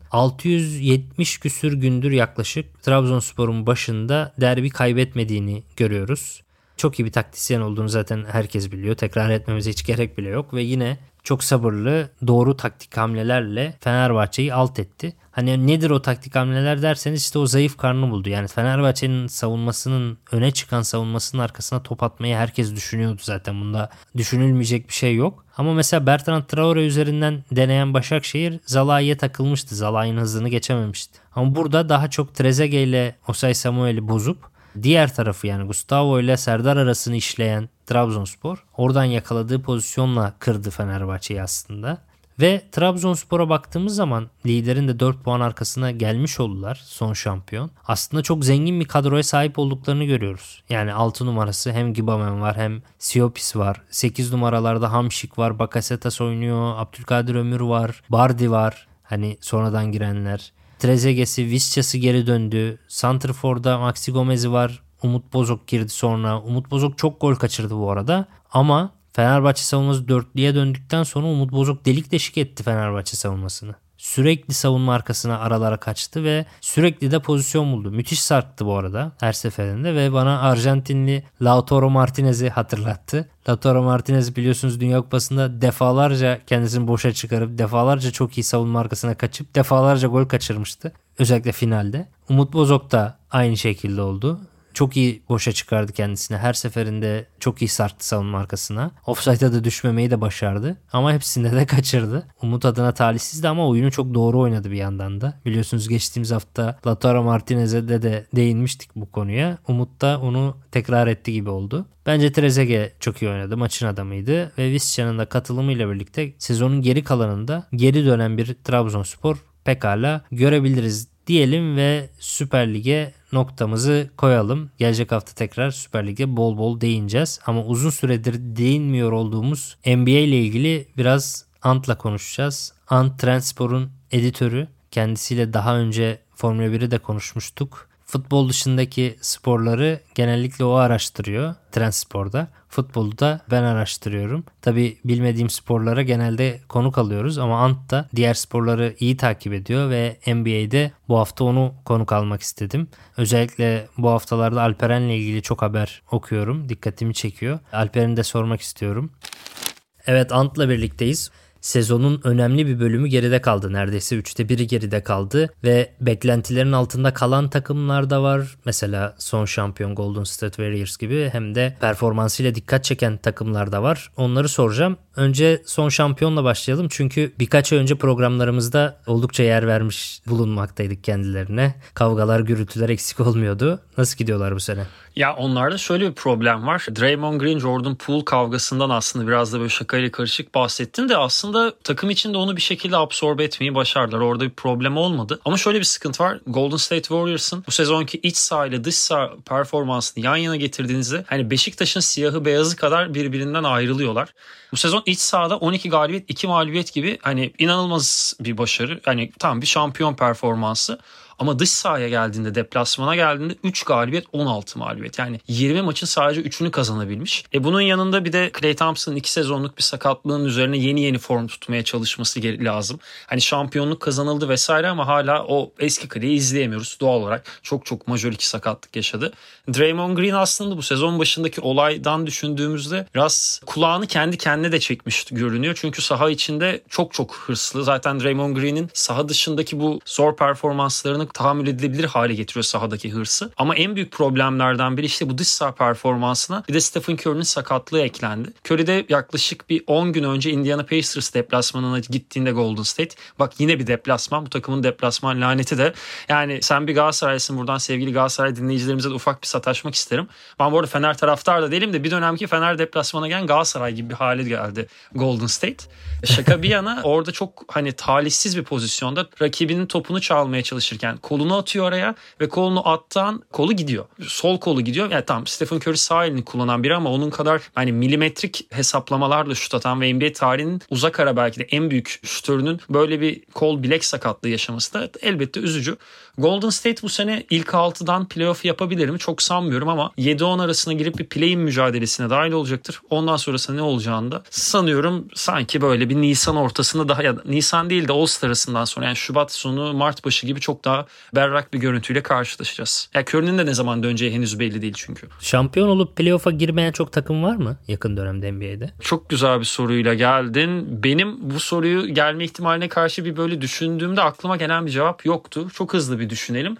670 küsür gündür yaklaşık Trabzonspor'un başında derbi kaybetmediğini görüyoruz. Çok iyi bir taktisyen olduğunu zaten herkes biliyor. Tekrar etmemize hiç gerek bile yok ve yine çok sabırlı, doğru taktik hamlelerle Fenerbahçe'yi alt etti. Hani nedir o taktik hamleler derseniz işte o zayıf karnını buldu. Yani Fenerbahçe'nin savunmasının, öne çıkan savunmasının arkasına top atmayı herkes düşünüyordu zaten. Bunda düşünülmeyecek bir şey yok. Ama mesela Bertrand Traore üzerinden deneyen Başakşehir Zalai'ye takılmıştı. Zalai'nin hızını geçememişti. Ama burada daha çok Trezeguet ile Osei-Samuel'i bozup diğer tarafı, yani Gustavo ile Serdar arasını işleyen Trabzonspor oradan yakaladığı pozisyonla kırdı Fenerbahçe'yi aslında. Ve Trabzonspor'a baktığımız zaman liderin de 4 puan arkasına gelmiş oldular, son şampiyon. Aslında çok zengin bir kadroya sahip olduklarını görüyoruz. Yani 6 numarası hem Gibamen var hem Siopis var. 8 numaralarda Hamşik var, Bakasetas oynuyor, Abdülkadir Ömür var, Bardi var. Hani sonradan girenler. Trezeguet'i, Visca'sı geri döndü. Santrfor'da Maxi Gomez'i var. Umut Bozok girdi sonra. Umut Bozok çok gol kaçırdı bu arada. Ama Fenerbahçe savunması dörtlüye döndükten sonra Umut Bozok delik deşik etti Fenerbahçe savunmasını. Sürekli savunma arkasına aralara kaçtı ve sürekli de pozisyon buldu. Müthiş sarktı bu arada her seferinde ve bana Arjantinli Lautaro Martinez'i hatırlattı. Lautaro Martinez biliyorsunuz Dünya Kupası'nda defalarca kendisini boşa çıkarıp defalarca çok iyi savunma arkasına kaçıp defalarca gol kaçırmıştı. Özellikle finalde. Umut Bozok da aynı şekilde oldu. Çok iyi boşa çıkardı kendisini. Her seferinde çok iyi sarktı savunma arkasına. Offside'a da düşmemeyi de başardı. Ama hepsinde de kaçırdı. Umut adına talihsizdi ama oyunu çok doğru oynadı bir yandan da. Biliyorsunuz geçtiğimiz hafta Lautaro Martinez'e de değinmiştik bu konuya. Umut da onu tekrar etti gibi oldu. Bence Trezeguet çok iyi oynadı. Maçın adamıydı. Ve Visca'nın da katılımıyla birlikte sezonun geri kalanında geri dönen bir Trabzonspor pekala görebiliriz diyelim ve Süper Lig'e noktamızı koyalım. Gelecek hafta tekrar Süper Lig'e bol bol değineceğiz. Ama uzun süredir değinmiyor olduğumuz NBA ile ilgili biraz Ant'la konuşacağız. Ant Trendspor'un editörü. Kendisiyle daha önce Formula 1'i de konuşmuştuk. Futbol dışındaki sporları genellikle o araştırıyor Trendspor'da. Futbolu da ben araştırıyorum. Tabii bilmediğim sporlara genelde konuk alıyoruz ama Ant da diğer sporları iyi takip ediyor ve NBA'de bu hafta onu konuk almak istedim. Özellikle bu haftalarda Alperen'le ilgili çok haber okuyorum. Dikkatimi çekiyor. Alperen'i de sormak istiyorum. Evet, Ant'la birlikteyiz. Sezonun önemli bir bölümü geride kaldı. Neredeyse 1/3 geride kaldı ve beklentilerin altında kalan takımlar da var. Mesela son şampiyon Golden State Warriors gibi, hem de performansıyla dikkat çeken takımlar da var. Onları soracağım. Önce son şampiyonla başlayalım çünkü birkaç ay önce programlarımızda oldukça yer vermiş bulunmaktaydık kendilerine. Kavgalar, gürültüler eksik olmuyordu. Nasıl gidiyorlar bu sene? Ya onlarda şöyle bir problem var. Draymond Green, Jordan Poole kavgasından aslında biraz da böyle şakayla karışık bahsettin de aslında takım içinde onu bir şekilde absorbe etmeyi başardılar. Orada bir problem olmadı. Ama şöyle bir sıkıntı var. Golden State Warriors'ın bu sezonki iç saha ile dış saha performansını yan yana getirdiğinizde hani Beşiktaş'ın siyahı beyazı kadar birbirinden ayrılıyorlar. Bu sezon iç sahada 12 galibiyet 2 mağlubiyet gibi hani inanılmaz bir başarı. Hani tam bir şampiyon performansı. Ama dış sahaya geldiğinde, deplasmana geldiğinde 3 galibiyet 16 mağlubiyet. Yani 20 maçın sadece 3'ünü kazanabilmiş. Bunun yanında bir de Klay Thompson'ın 2 sezonluk bir sakatlığın üzerine yeni form tutmaya çalışması lazım. Hani şampiyonluk kazanıldı vesaire ama hala o eski Klay'i izleyemiyoruz. Doğal olarak çok majör 2 sakatlık yaşadı. Draymond Green aslında bu sezon başındaki olaydan düşündüğümüzde biraz kulağını kendi kendine de çekmiş görünüyor. Çünkü saha içinde çok hırslı. Zaten Draymond Green'in saha dışındaki bu zor performanslarını tahammül edilebilir hale getiriyor sahadaki hırsı. Ama en büyük problemlerden biri işte bu dış saha performansına bir de Stephen Curry'nin sakatlığı eklendi. Curry de yaklaşık bir 10 gün önce Indiana Pacers deplasmanına gittiğinde Golden State. Bak yine bir deplasman. Bu takımın deplasman laneti de. Yani sen bir Galatasaraylısın, buradan sevgili Galatasaray dinleyicilerimize de ufak bir sataşmak isterim. Ben bu arada Fener taraftar da değilim de bir dönemki Fener deplasmana gelen Galatasaray gibi bir hale geldi Golden State. Şaka bir yana orada çok hani talihsiz bir pozisyonda rakibinin topunu çalmaya çalışırken kolunu atıyor oraya ve kolunu attan kolu gidiyor. Sol kolu gidiyor. Yani tamam, Stephen Curry sağ elini kullanan biri ama onun kadar hani milimetrik hesaplamalarla şut atan ve NBA tarihinin uzak ara belki de en büyük şutörünün böyle bir kol bilek sakatlığı yaşaması da elbette üzücü. Golden State bu sene ilk 6'dan playoff yapabilir mi? Çok sanmıyorum ama 7-10 arasına girip bir play-in mücadelesine dahil olacaktır. Ondan sonrası ne olacağını da sanıyorum sanki böyle bir Nisan ortasında daha ya Nisan değil de All-Star arasından sonra yani Şubat sonu Mart başı gibi çok daha berrak bir görüntüyle karşılaşacağız. Ya Curry'nin de ne zaman döneceği henüz belli değil çünkü. Şampiyon olup playoff'a girmeyen çok takım var mı yakın dönemde NBA'de? Çok güzel bir soruyla geldin. Benim bu soruyu gelme ihtimaline karşı bir böyle düşündüğümde aklıma gelen bir cevap yoktu. Çok hızlı bir düşünelim.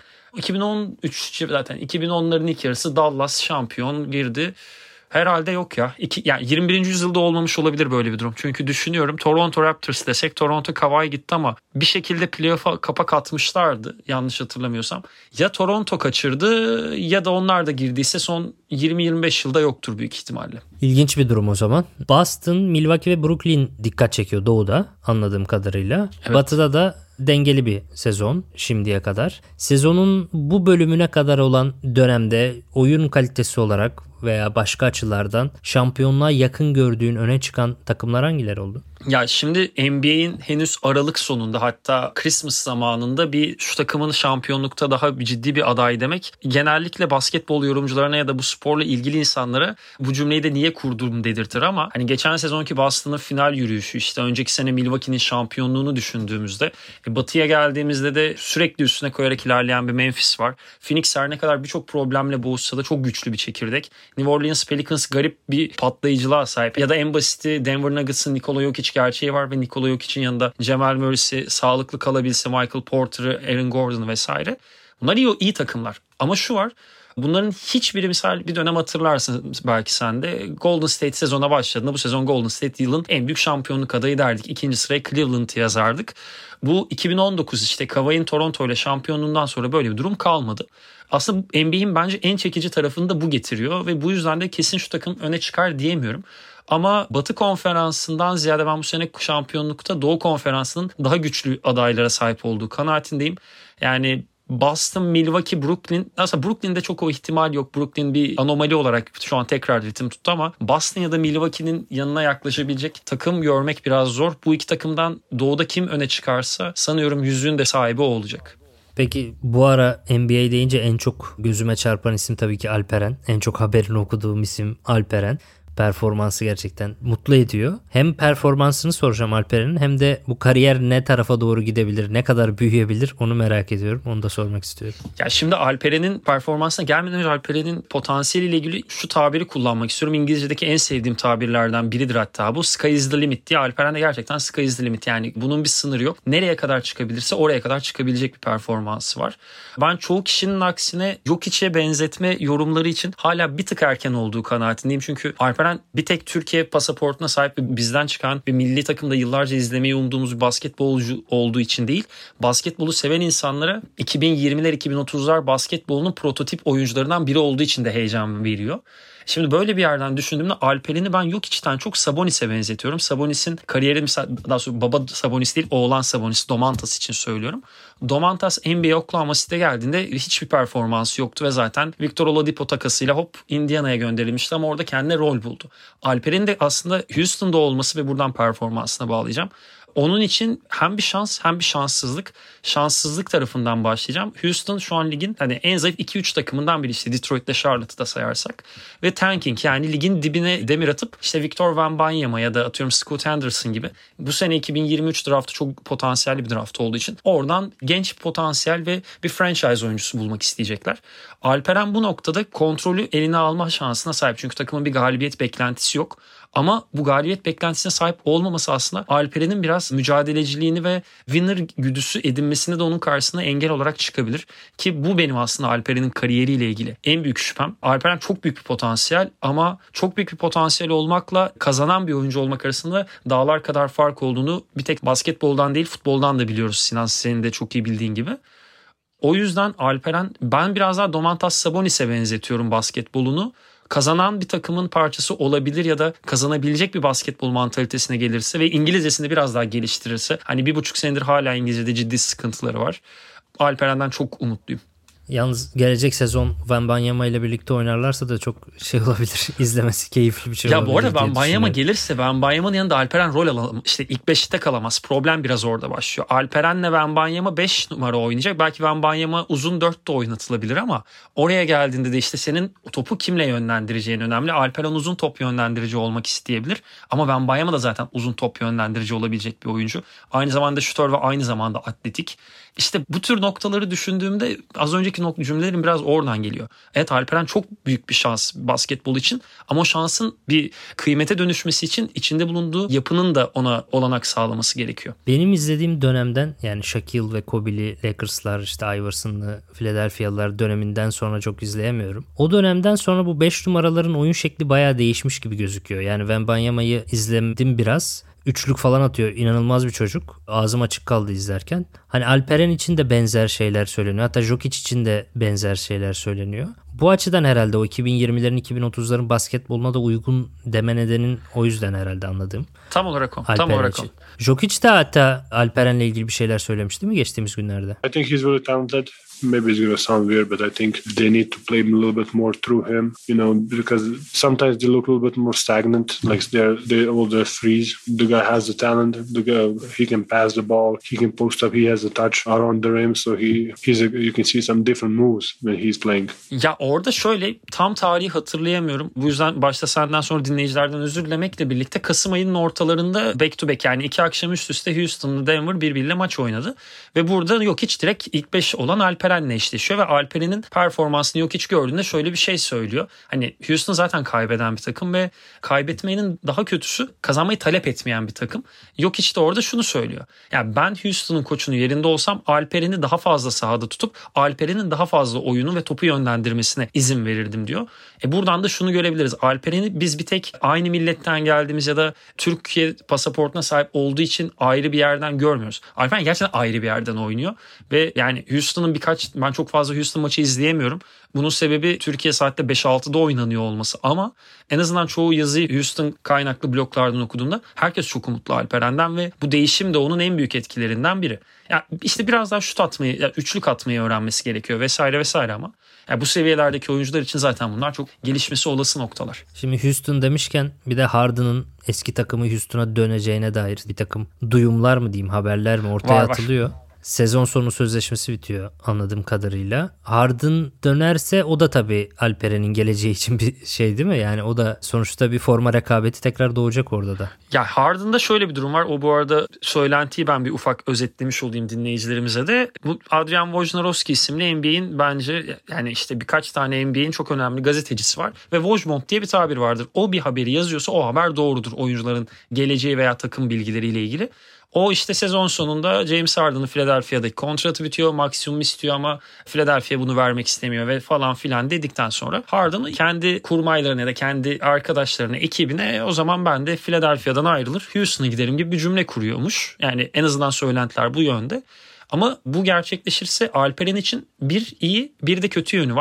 2013 zaten 2010'ların ilk yarısı Dallas şampiyon girdi. Herhalde yok ya. Yani 21. yüzyılda olmamış olabilir böyle bir durum. Çünkü düşünüyorum Toronto Raptors desek Toronto Kawhi gitti ama bir şekilde playoff'a kapak atmışlardı yanlış hatırlamıyorsam. Ya Toronto kaçırdı ya da onlar da girdiyse son 20-25 yılda yoktur büyük ihtimalle. İlginç bir durum o zaman. Boston, Milwaukee ve Brooklyn dikkat çekiyor doğuda anladığım kadarıyla. Evet. Batı'da da dengeli bir sezon şimdiye kadar. Sezonun bu bölümüne kadar olan dönemde oyun kalitesi olarak veya başka açılardan şampiyonluğa yakın gördüğün öne çıkan takımlar hangileri oldu? Ya şimdi NBA'in henüz Aralık sonunda hatta Christmas zamanında bir şu takımın şampiyonlukta daha ciddi bir aday demek. Genellikle basketbol yorumcularına ya da bu sporla ilgili insanlara bu cümleyi de niye kurdum dedirtir ama hani geçen sezonki Boston'ın final yürüyüşü işte önceki sene Milwaukee'nin şampiyonluğunu düşündüğümüzde Batı'ya geldiğimizde de sürekli üstüne koyarak ilerleyen bir Memphis var. Phoenix her ne kadar birçok problemle boğuşsa da çok güçlü bir çekirdek. New Orleans Pelicans garip bir patlayıcılığa sahip. Ya da en basiti Denver Nuggets'ın Nikola Jokic gerçeği var ve Nikola Jokic'in yanında Jamal Murray'si sağlıklı kalabilse Michael Porter'ı, Aaron Gordon'ı vesaire. Bunlar iyi takımlar. Ama şu var. Bunların hiçbiri misal bir dönem hatırlarsın belki sen de Golden State sezona başladığında bu sezon Golden State yılın en büyük şampiyonluk adayı derdik. İkinci sıraya Cleveland'ı yazardık. Bu 2019 işte Kawhi'nin Toronto ile şampiyonluğundan sonra böyle bir durum kalmadı. Aslında NBA'in bence en çekici tarafını da bu getiriyor ve bu yüzden de kesin şu takım öne çıkar diyemiyorum. Ama Batı Konferansı'ndan ziyade ben bu sene şampiyonlukta Doğu Konferansı'nın daha güçlü adaylara sahip olduğu kanaatindeyim. Yani Boston, Milwaukee, Brooklyn. Aslında Brooklyn'de çok o ihtimal yok. Brooklyn bir anomali olarak şu an tekrar ritim tuttu ama Boston ya da Milwaukee'nin yanına yaklaşabilecek takım görmek biraz zor. Bu iki takımdan doğuda kim öne çıkarsa sanıyorum yüzüğün de sahibi o olacak. Peki bu ara NBA deyince en çok gözüme çarpan isim tabii ki Alperen. En çok haberini okuduğum isim Alperen. Performansı gerçekten mutlu ediyor. Hem performansını soracağım Alperen'in hem de bu kariyer ne tarafa doğru gidebilir, ne kadar büyüyebilir onu merak ediyorum. Onu da sormak istiyorum. Ya şimdi Alperen'in performansına gelmeden önce Alperen'in potansiyeliyle ilgili şu tabiri kullanmak istiyorum. İngilizce'deki en sevdiğim tabirlerden biridir hatta bu. Sky is the limit diye. Alperen de gerçekten sky is the limit. Yani bunun bir sınırı yok. Nereye kadar çıkabilirse oraya kadar çıkabilecek bir performansı var. Ben çoğu kişinin aksine Jokic'e benzetme yorumları için hala bir tık erken olduğu kanaatindeyim. Çünkü Alperen bir tek Türkiye pasaportuna sahip bizden çıkan ve milli takımda yıllarca izlemeyi umduğumuz bir basketbolcu olduğu için değil, basketbolu seven insanlara 2020'ler 2030'lar basketbolunun prototip oyuncularından biri olduğu için de heyecan veriyor. Şimdi böyle bir yerden düşündüğümde Alperen'i ben Jokic'ten çok Sabonis'e benzetiyorum. Sabonis'in kariyeri daha sonra baba Sabonis değil oğlan Sabonis Domantas için söylüyorum. Domantas NBA Oklahoma City'ye geldiğinde hiçbir performansı yoktu ve zaten Victor Oladipo takasıyla hop Indiana'ya gönderilmişti ama orada kendine rol buldu. Alperen'in de aslında Houston'da olması ve buradan performansına bağlayacağım. Onun için hem bir şans hem bir şanssızlık. Şanssızlık tarafından başlayacağım. Houston şu an ligin hani en zayıf 2-3 takımından biri, işte Detroit'le Charlotte'ı da sayarsak. Ve tanking, yani ligin dibine demir atıp işte Victor Wembanyama ya da atıyorum Scoot Henderson gibi. Bu sene 2023 draftı çok potansiyelli bir draft olduğu için oradan genç potansiyel ve bir franchise oyuncusu bulmak isteyecekler. Alperen bu noktada kontrolü eline alma şansına sahip. Çünkü takımın bir galibiyet beklentisi yok. Ama bu galibiyet beklentisine sahip olmaması aslında Alperen'in biraz mücadeleciliğini ve winner güdüsü edinmesine de onun karşısına engel olarak çıkabilir. Ki bu benim aslında Alperen'in kariyeriyle ilgili en büyük şüphem. Alperen çok büyük bir potansiyel ama çok büyük bir potansiyel olmakla kazanan bir oyuncu olmak arasında dağlar kadar fark olduğunu bir tek basketboldan değil futboldan da biliyoruz, Sinan, senin de çok iyi bildiğin gibi. O yüzden Alperen, ben biraz daha Domantas Sabonis'e benzetiyorum basketbolunu. Kazanan bir takımın parçası olabilir ya da kazanabilecek bir basketbol mantalitesine gelirse ve İngilizcesini biraz daha geliştirirse, hani 1,5 senedir hala İngilizce'de ciddi sıkıntıları var. Alperen'den çok umutluyum. Yalnız gelecek sezon Wembanyama ile birlikte oynarlarsa da çok şey olabilir. İzlemesi keyifli bir şey olabilir. Ya bu arada Wembanyama gelirse Wembanyama'nın yanında Alperen rol alalım. İşte ilk 5'te kalamaz. Problem biraz orada başlıyor. Alperen'le Wembanyama 5 numara oynayacak. Belki Wembanyama uzun 4'te oynatılabilir ama oraya geldiğinde de işte senin topu kimle yönlendireceğin önemli. Alperen uzun top yönlendirici olmak isteyebilir. Ama Wembanyama da zaten uzun top yönlendirici olabilecek bir oyuncu. Aynı zamanda şutör ve aynı zamanda atletik. İşte bu tür noktaları düşündüğümde az önceki cümlelerim biraz oradan geliyor. Evet, Alperen çok büyük bir şans basketbol için ama o şansın bir kıymete dönüşmesi için içinde bulunduğu yapının da ona olanak sağlaması gerekiyor. Benim izlediğim dönemden, yani Shaquille ve Kobe'li Lakers'lar, işte Iverson'lı Philadelphia'lılar döneminden sonra çok izleyemiyorum. O dönemden sonra bu 5 numaraların oyun şekli bayağı değişmiş gibi gözüküyor. Yani Wembanyama'yı izledim biraz. Üçlük falan atıyor. İnanılmaz bir çocuk. Ağzım açık kaldı izlerken. Hani Alperen için de benzer şeyler söyleniyor. Hatta Jokic için de benzer şeyler söyleniyor. Bu açıdan herhalde o 2020'lerin 2030'ların basketboluna da uygun deme nedenin o yüzden herhalde, anladığım. Tam olarak o. Alperen tam olarak için. o. Jokic de hatta Alperen'le ilgili bir şeyler söylemiş değil mi geçtiğimiz günlerde? I think he's really talented. Maybe it's going to sound weird, but I think they need to play a little bit more through him, because sometimes they look a little bit more stagnant, like they all their threes. The guy has the talent. He can pass the ball. He can post up. He has a touch around the rim, so you can see some different moves when he's playing. Ya orada şöyle, tam tarihi hatırlayamıyorum. Bu yüzden başta senden sonra dinleyicilerden özür dilemekle birlikte Kasım ayının ortalarında back to back, yani 2 akşam üst üste Houston'la Denver birbiriyle maç oynadı. Ve burada Jokic direkt ilk 5 olan Alperen'le eşleşiyor ve Alperen'in performansını Jokic gördüğünde şöyle bir şey söylüyor. Hani Houston zaten kaybeden bir takım ve kaybetmenin daha kötüsü kazanmayı talep etmeyen bir takım. Jokic de orada şunu söylüyor. Yani ben Houston'un koçunun yerinde olsam Alperen'i daha fazla sahada tutup Alperen'in daha fazla oyunu ve topu yönlendirmesine izin verirdim diyor. Buradan da şunu görebiliriz. Alperen'i biz bir tek aynı milletten geldiğimiz ya da Türkiye pasaportuna sahip olduğu için ayrı bir yerden görmüyoruz. Alperen gerçekten ayrı bir yerden oynuyor ve yani Houston'ın ben çok fazla Houston maçı izleyemiyorum. Bunun sebebi Türkiye saatte 5-6'da oynanıyor olması ama en azından çoğu yazıyı Houston kaynaklı bloglardan okuduğumda herkes çok umutlu Alperen'den ve bu değişim de onun en büyük etkilerinden biri. Yani işte biraz daha şut atmayı, üçlük atmayı öğrenmesi gerekiyor vesaire ama yani bu seviyelerdeki oyuncular için zaten bunlar çok gelişmesi olası noktalar. Şimdi Houston demişken bir de Harden'ın eski takımı Houston'a döneceğine dair bir takım duyumlar mı diyeyim, haberler mi ortaya atılıyor. Sezon sonu sözleşmesi bitiyor anladığım kadarıyla. Harden dönerse o da tabii Alperen'in geleceği için bir şey değil mi? Yani o da sonuçta bir forma rekabeti tekrar doğacak orada da. Ya Harden'da şöyle bir durum var. O bu arada söylentiyi ben bir ufak özetlemiş olayım dinleyicilerimize de. Bu Adrian Wojnarowski isimli NBA'in bence yani işte birkaç tane NBA'in çok önemli gazetecisi var. Ve Wojmont diye bir tabir vardır. O bir haberi yazıyorsa o haber doğrudur. Oyuncuların geleceği veya takım bilgileriyle ilgili. O işte sezon sonunda James Harden'ın Philadelphia'daki kontratı bitiyor. Maksimum istiyor ama Philadelphia bunu vermek istemiyor ve falan filan dedikten sonra Harden kendi kurmaylarına ya da kendi arkadaşlarına, ekibine o zaman ben de Philadelphia'dan ayrılır Houston'a giderim gibi bir cümle kuruyormuş. Yani en azından söylentiler bu yönde. Ama bu gerçekleşirse Alperen için bir iyi bir de kötü yönü var.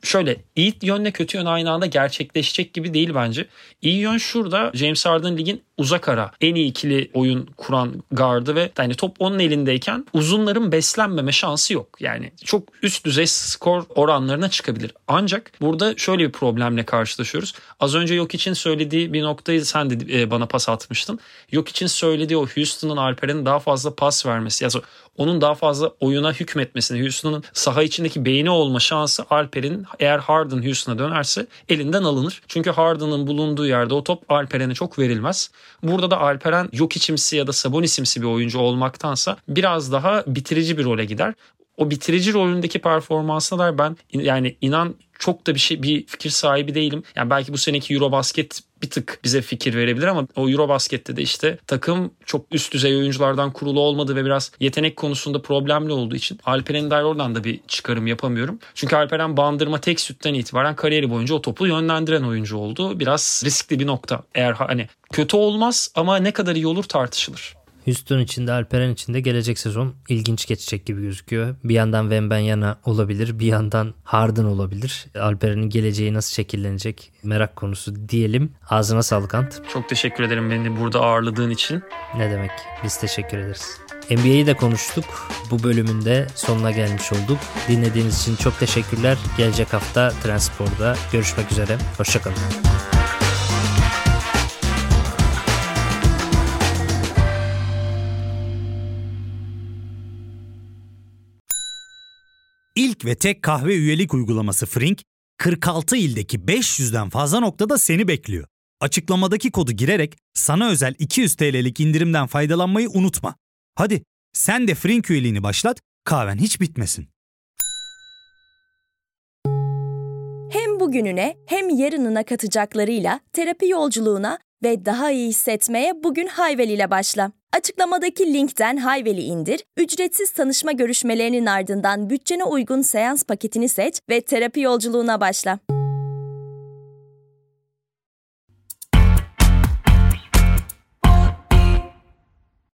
şöyle iyi yönle kötü yön aynı anda gerçekleşecek gibi değil bence. İyi yön şurada: James Harden ligin uzak ara en iyi ikili oyun kuran gardı ve yani top onun elindeyken uzunların beslenmeme şansı yok. Yani çok üst düzey skor oranlarına çıkabilir. Ancak burada şöyle bir problemle karşılaşıyoruz. Az önce Jokic'in söylediği bir noktayı sen de bana pas atmıştın. Jokic'in söylediği o Houston'ın Alperen'in daha fazla pas vermesi, yani onun daha fazla oyuna hükmetmesini, Houston'ın saha içindeki beyni olma şansı Alperen'in, eğer Harden Houston'a dönerse elinden alınır. Çünkü Harden'ın bulunduğu yerde o top Alperen'e çok verilmez. Burada da Alperen Jokic'imsi ya da Sabonis'imsi bir oyuncu olmaktansa biraz daha bitirici bir role gider. O bitirici rolündeki performansına da ben yani inan çok da bir fikir sahibi değilim. Yani belki bu seneki Eurobasket bir tık bize fikir verebilir ama o Eurobasket'te de işte takım çok üst düzey oyunculardan kurulu olmadı ve biraz yetenek konusunda problemli olduğu için Alperen'in dair oradan da bir çıkarım yapamıyorum. Çünkü Alperen Bandırma tek sütten itibaren kariyeri boyunca o topu yönlendiren oyuncu oldu. Biraz riskli bir nokta. Eğer hani kötü olmaz ama ne kadar iyi olur tartışılır. Houston için de Alperen için de gelecek sezon ilginç geçecek gibi gözüküyor. Bir yandan Wembanyama olabilir, bir yandan Harden olabilir. Alperen'in geleceği nasıl şekillenecek merak konusu diyelim. Ağzına sağlık Ant. Çok teşekkür ederim beni burada ağırladığın için. Ne demek? Biz teşekkür ederiz. NBA'yi de konuştuk. Bu bölümün de sonuna gelmiş olduk. Dinlediğiniz için çok teşekkürler. Gelecek hafta Trendspor'da görüşmek üzere. Hoşçakalın. İlk ve tek kahve üyelik uygulaması Frink, 46 ildeki 500'den fazla noktada seni bekliyor. Açıklamadaki kodu girerek sana özel 200 TL'lik indirimden faydalanmayı unutma. Hadi sen de Frink üyeliğini başlat, kahven hiç bitmesin. Hem bugününe hem yarınına katacaklarıyla terapi yolculuğuna ve daha iyi hissetmeye bugün Hayvel ile başla. Açıklamadaki linkten Hayvel'i indir, ücretsiz tanışma görüşmelerinin ardından bütçene uygun seans paketini seç ve terapi yolculuğuna başla.